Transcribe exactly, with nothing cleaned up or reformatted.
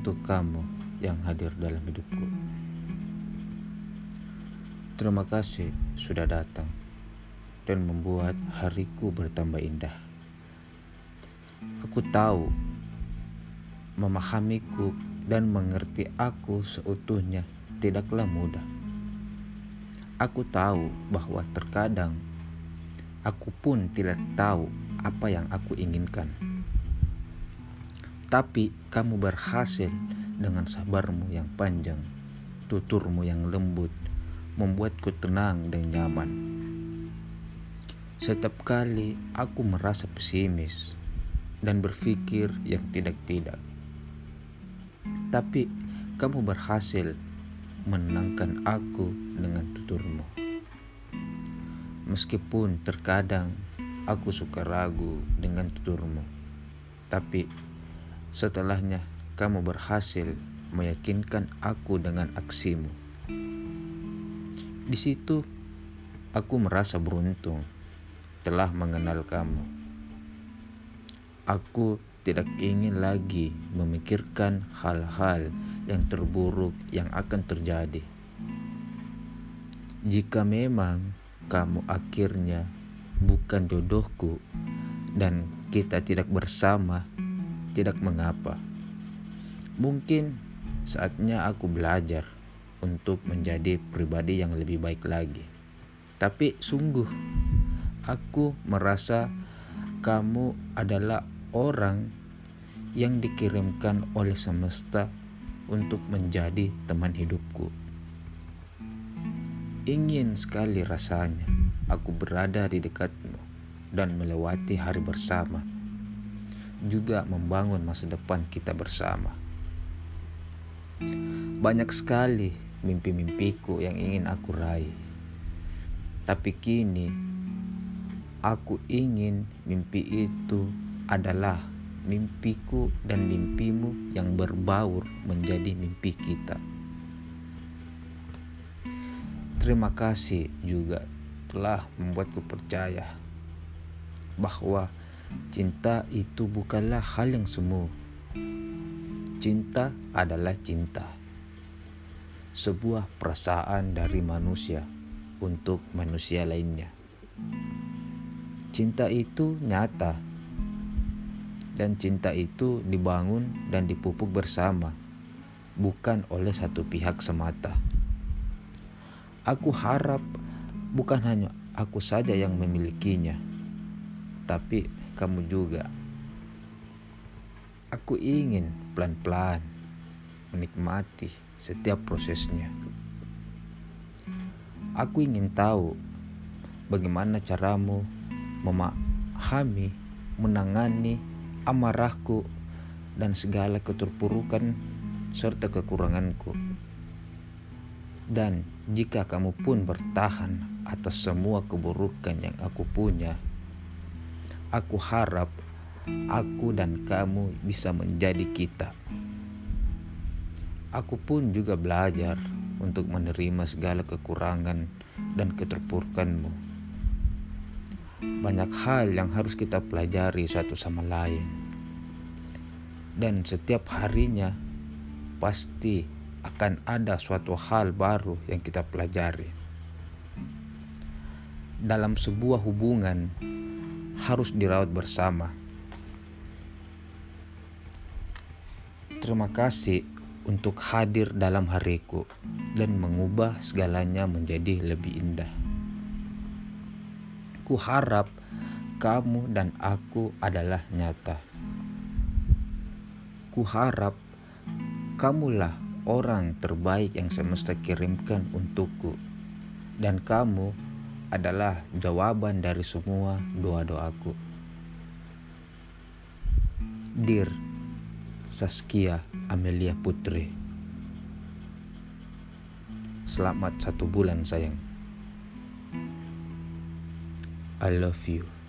untuk kamu yang hadir dalam hidupku. Terima kasih sudah datang dan membuat hariku bertambah indah. Aku tahu memahamiku dan mengerti aku seutuhnya tidaklah mudah. Aku tahu bahwa terkadang aku pun tidak tahu apa yang aku inginkan. Tapi kamu berhasil dengan sabarmu yang panjang, tuturmu yang lembut, membuatku tenang dan nyaman. Setiap kali aku merasa pesimis dan berpikir yang tidak-tidak. Tapi kamu berhasil menenangkan aku dengan tuturmu. Meskipun terkadang aku suka ragu dengan tuturmu, tapi setelahnya kamu berhasil meyakinkan aku dengan aksimu. Di situ aku merasa beruntung telah mengenal kamu. Aku tidak ingin lagi memikirkan hal-hal yang terburuk yang akan terjadi. Jika memang kamu akhirnya bukan jodohku dan kita tidak bersama, tidak mengapa. Mungkin saatnya aku belajar untuk menjadi pribadi yang lebih baik lagi. Tapi sungguh, aku merasa kamu adalah orang yang dikirimkan oleh semesta untuk menjadi teman hidupku. Ingin sekali rasanya aku berada di dekatmu dan melewati hari bersama, juga membangun masa depan kita bersama. Banyak sekali mimpi-mimpiku yang ingin aku raih, tapi kini aku ingin mimpi itu adalah mimpiku dan mimpimu yang berbaur menjadi mimpi kita. Terima kasih juga telah membuatku percaya bahwa cinta itu bukanlah hal yang semu. Cinta adalah cinta, sebuah perasaan dari manusia untuk manusia lainnya. Cinta itu nyata, dan cinta itu dibangun dan dipupuk bersama, bukan oleh satu pihak semata. Aku harap bukan hanya aku saja yang memilikinya, tapi kamu juga. Aku ingin pelan-pelan menikmati setiap prosesnya. Aku ingin tahu bagaimana caramu memahami, menangani amarahku dan segala keterpurukan serta kekuranganku. Dan jika kamu pun bertahan atas semua keburukan yang aku punya, aku harap aku dan kamu bisa menjadi kita. Aku pun juga belajar untuk menerima segala kekurangan dan keterpurukanmu. Banyak hal yang harus kita pelajari satu sama lain. Dan setiap harinya pasti akan ada suatu hal baru yang kita pelajari. Dalam sebuah hubungan harus dirawat bersama. Terima kasih untuk hadir dalam hariku dan mengubah segalanya menjadi lebih indah. Ku harap kamu dan aku adalah nyata. Ku harap kamulah orang terbaik yang semesta kirimkan untukku, dan kamu adalah jawaban dari semua doa-doaku. Dear Saskia Amelia Putri, selamat satu bulan sayang. I love you.